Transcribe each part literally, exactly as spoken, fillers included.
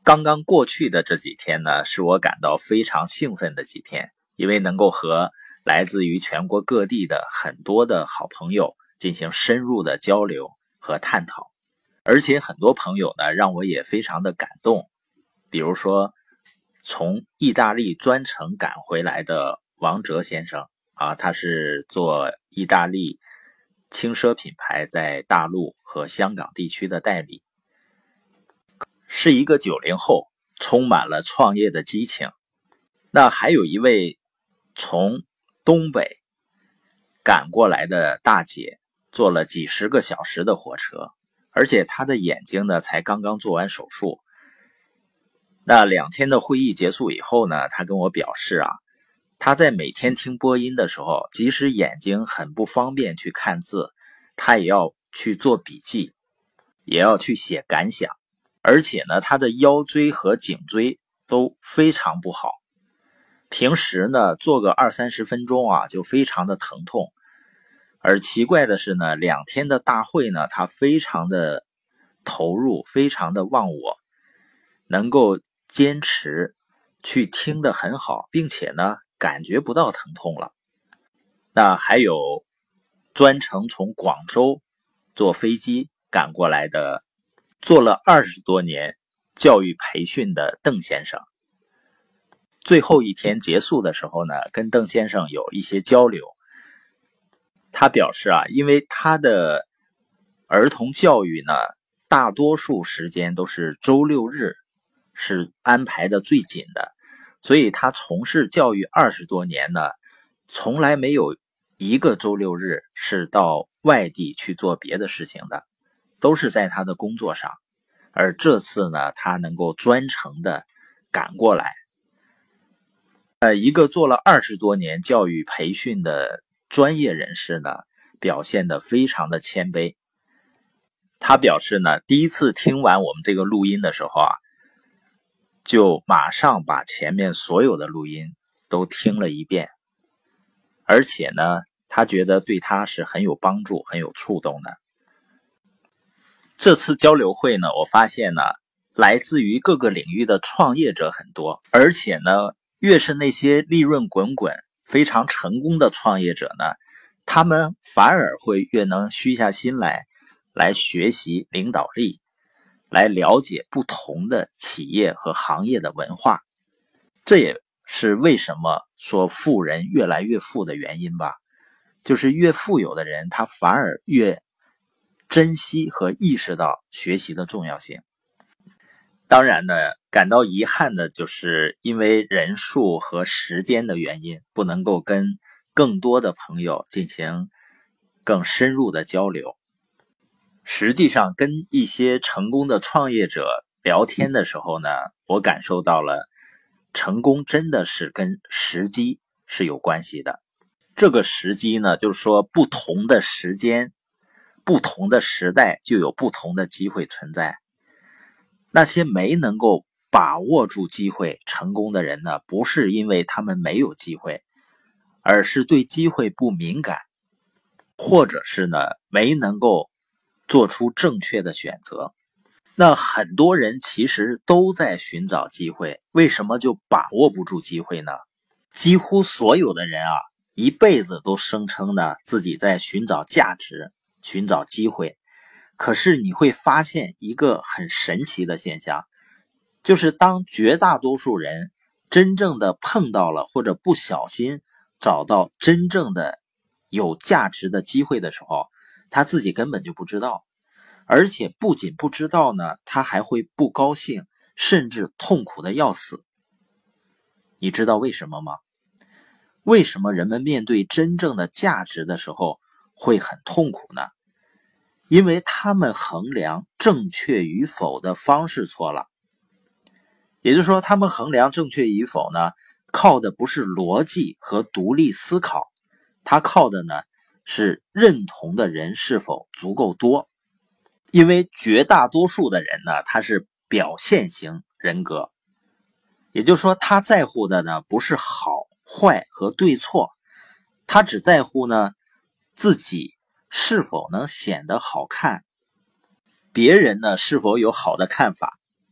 刚刚过去的这几天呢，是我感到非常兴奋的几天，因为能够和来自于全国各地的很多的好朋友进行深入的交流和探讨。而且很多朋友呢，让我也非常的感动。比如说，从意大利专程赶回来的王哲先生啊，他是做意大利轻奢品牌在大陆和香港地区的代理，是一个九零后，充满了创业的激情。那还有一位从东北赶过来的大姐，坐了几十个小时的火车，而且她的眼睛呢才刚刚做完手术。那两天的会议结束以后呢，她跟我表示啊，她在每天听播音的时候，即使眼睛很不方便去看字，她也要去做笔记，也要去写感想。而且呢，她的腰椎和颈椎都非常不好，平时呢做个二三十分钟啊就非常的疼痛。而奇怪的是呢，两天的大会呢，她非常的投入，非常的忘我，能够坚持去听得很好，并且呢感觉不到疼痛了。那还有专程从广州坐飞机赶过来的做了二十多年教育培训的邓先生。最后一天结束的时候呢，跟邓先生有一些交流。他表示啊，因为他的儿童教育呢，大多数时间都是周六日是安排的最紧的，所以他从事教育二十多年呢，从来没有一个周六日是到外地去做别的事情的，都是在他的工作上。而这次呢，他能够专程的赶过来。呃，一个做了二十多年教育培训的专业人士呢，表现得非常的谦卑。他表示呢，第一次听完我们这个录音的时候啊，就马上把前面所有的录音都听了一遍，而且呢，他觉得对他是很有帮助、很有触动的。这次交流会呢，我发现呢，来自于各个领域的创业者很多，而且呢，越是那些利润滚滚、非常成功的创业者呢，他们反而会越能虚下心来，来学习领导力，来了解不同的企业和行业的文化。这也是为什么说富人越来越富的原因吧。就是越富有的人，他反而越珍惜和意识到学习的重要性。当然呢，感到遗憾的就是因为人数和时间的原因，不能够跟更多的朋友进行更深入的交流。实际上跟一些成功的创业者聊天的时候呢，我感受到了成功真的是跟时机是有关系的。这个时机呢，就是说不同的时间、不同的时代就有不同的机会存在。那些没能够把握住机会成功的人呢，不是因为他们没有机会，而是对机会不敏感，或者是呢没能够做出正确的选择。那很多人其实都在寻找机会，为什么就把握不住机会呢？几乎所有的人啊，一辈子都声称呢自己在寻找价值、寻找机会。可是你会发现一个很神奇的现象，就是当绝大多数人真正的碰到了或者不小心找到真正的有价值的机会的时候，他自己根本就不知道。而且不仅不知道呢，他还会不高兴，甚至痛苦的要死。你知道为什么吗？为什么人们面对真正的价值的时候会很痛苦呢？因为他们衡量正确与否的方式错了。也就是说，他们衡量正确与否呢，靠的不是逻辑和独立思考，他靠的呢是认同的人是否足够多。因为绝大多数的人呢，他是表现型人格，也就是说，他在乎的呢不是好坏和对错，他只在乎呢自己是否能显得好看，别人呢是否有好的看法。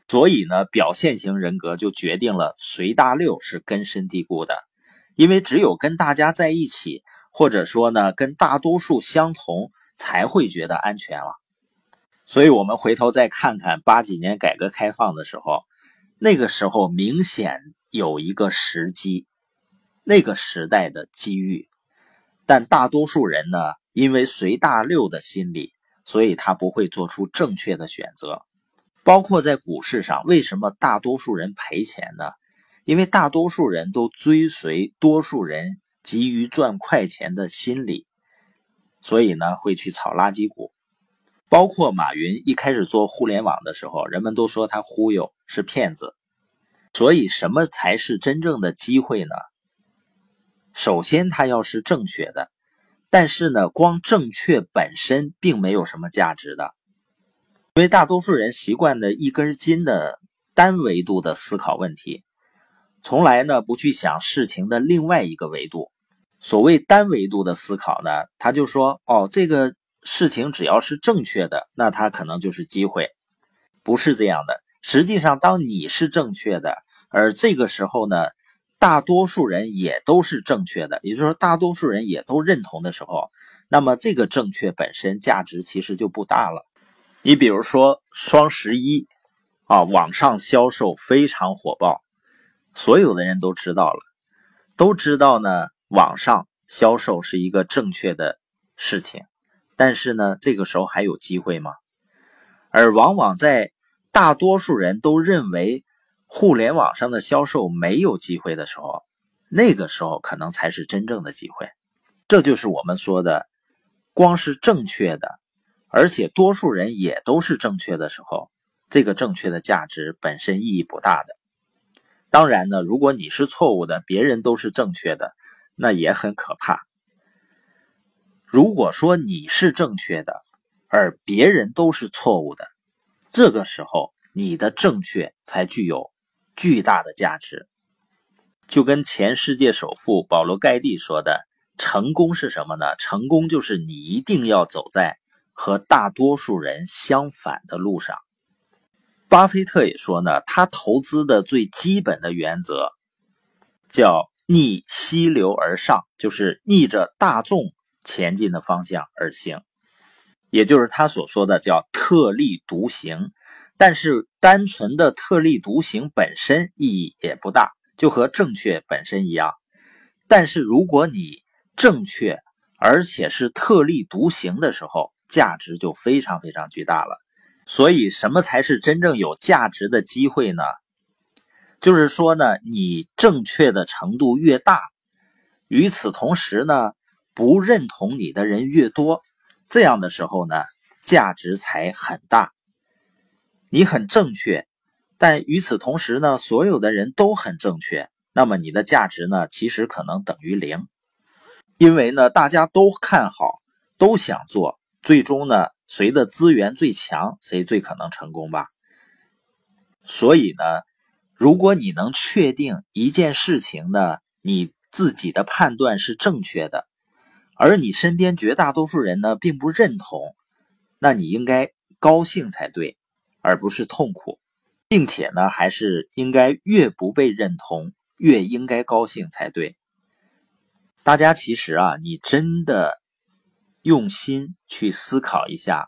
所以呢，表现型人格就决定了随大溜是根深蒂固的，因为只有跟大家在一起，或者说呢，跟大多数相同，才会觉得安全了。所以我们回头再看看八几年改革开放的时候，那个时候明显有一个时机，那个时代的机遇，但大多数人呢，因为随大溜的心理，所以他不会做出正确的选择。包括在股市上，为什么大多数人赔钱呢？因为大多数人都追随多数人急于赚快钱的心理，所以呢会去炒垃圾股。包括马云一开始做互联网的时候，人们都说他忽悠，是骗子。所以什么才是真正的机会呢？首先它要是正确的，但是呢光正确本身并没有什么价值的。因为大多数人习惯的一根筋的单维度的思考问题，从来呢不去想事情的另外一个维度。所谓单维度的思考呢，他就说哦，这个事情只要是正确的，那它可能就是机会。不是这样的，实际上当你是正确的，而这个时候呢大多数人也都是正确的，也就是说大多数人也都认同的时候，那么这个正确本身价值其实就不大了。你比如说双十一啊，网上销售非常火爆，所有的人都知道了，都知道呢网上销售是一个正确的事情，但是呢这个时候还有机会吗？而往往在大多数人都认为互联网上的销售没有机会的时候，那个时候可能才是真正的机会。这就是我们说的，光是正确的，而且多数人也都是正确的时候，这个正确的价值本身意义不大的。当然呢，如果你是错误的，别人都是正确的，那也很可怕。如果说你是正确的，而别人都是错误的，这个时候你的正确才具有巨大的价值。就跟前世界首富保罗·盖蒂说的，成功是什么呢？成功就是你一定要走在和大多数人相反的路上。巴菲特也说呢，他投资的最基本的原则叫逆溪流而上，就是逆着大众前进的方向而行，也就是他所说的叫特立独行。但是单纯的特立独行本身意义也不大，就和正确本身一样。但是如果你正确而且是特立独行的时候，价值就非常非常巨大了。所以什么才是真正有价值的机会呢？就是说呢，你正确的程度越大，与此同时呢，不认同你的人越多，这样的时候呢，价值才很大。你很正确，但与此同时呢，所有的人都很正确，那么你的价值呢，其实可能等于零。因为呢，大家都看好，都想做，最终呢，谁的资源最强，谁最可能成功吧。所以呢，如果你能确定一件事情呢，你自己的判断是正确的，而你身边绝大多数人呢，并不认同，那你应该高兴才对，而不是痛苦，并且呢，还是应该越不被认同，越应该高兴才对。大家其实啊，你真的用心去思考一下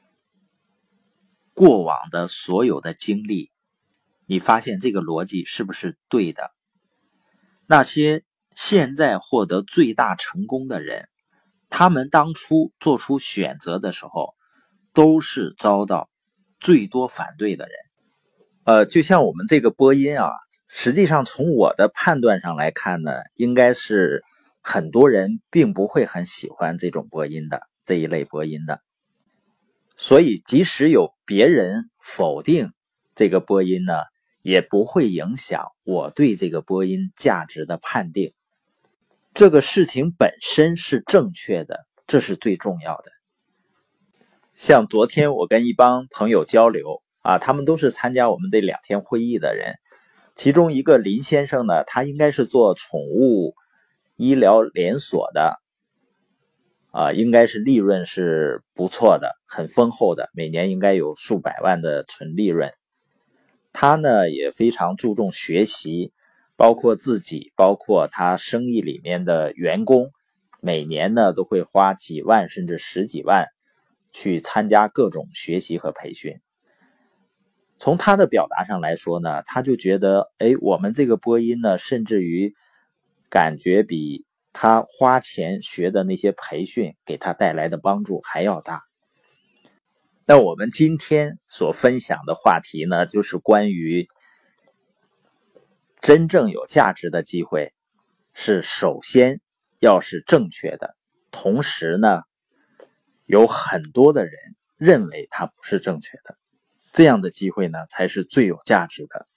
过往的所有的经历，你发现这个逻辑是不是对的？那些现在获得最大成功的人，他们当初做出选择的时候，都是遭到最多反对的人。呃，就像我们这个播音啊，实际上从我的判断上来看呢，应该是很多人并不会很喜欢这种播音的，这一类播音的。所以即使有别人否定这个播音呢，也不会影响我对这个播音价值的判定。这个事情本身是正确的，这是最重要的。像昨天我跟一帮朋友交流啊，他们都是参加我们这两天会议的人，其中一个林先生呢，他应该是做宠物医疗连锁的啊，应该是利润是不错的，很丰厚的，每年应该有数百万的纯利润。 他呢也非常注重学习，包括自己，包括他生意里面的员工，每年呢都会花几万甚至十几万去参加各种学习和培训。从他的表达上来说呢，他就觉得，哎，我们这个播音呢，甚至于感觉比他花钱学的那些培训给他带来的帮助还要大。那我们今天所分享的话题呢，就是关于真正有价值的机会是首先要是正确的，同时呢，有很多的人认为它不是正确的，这样的机会呢才是最有价值的。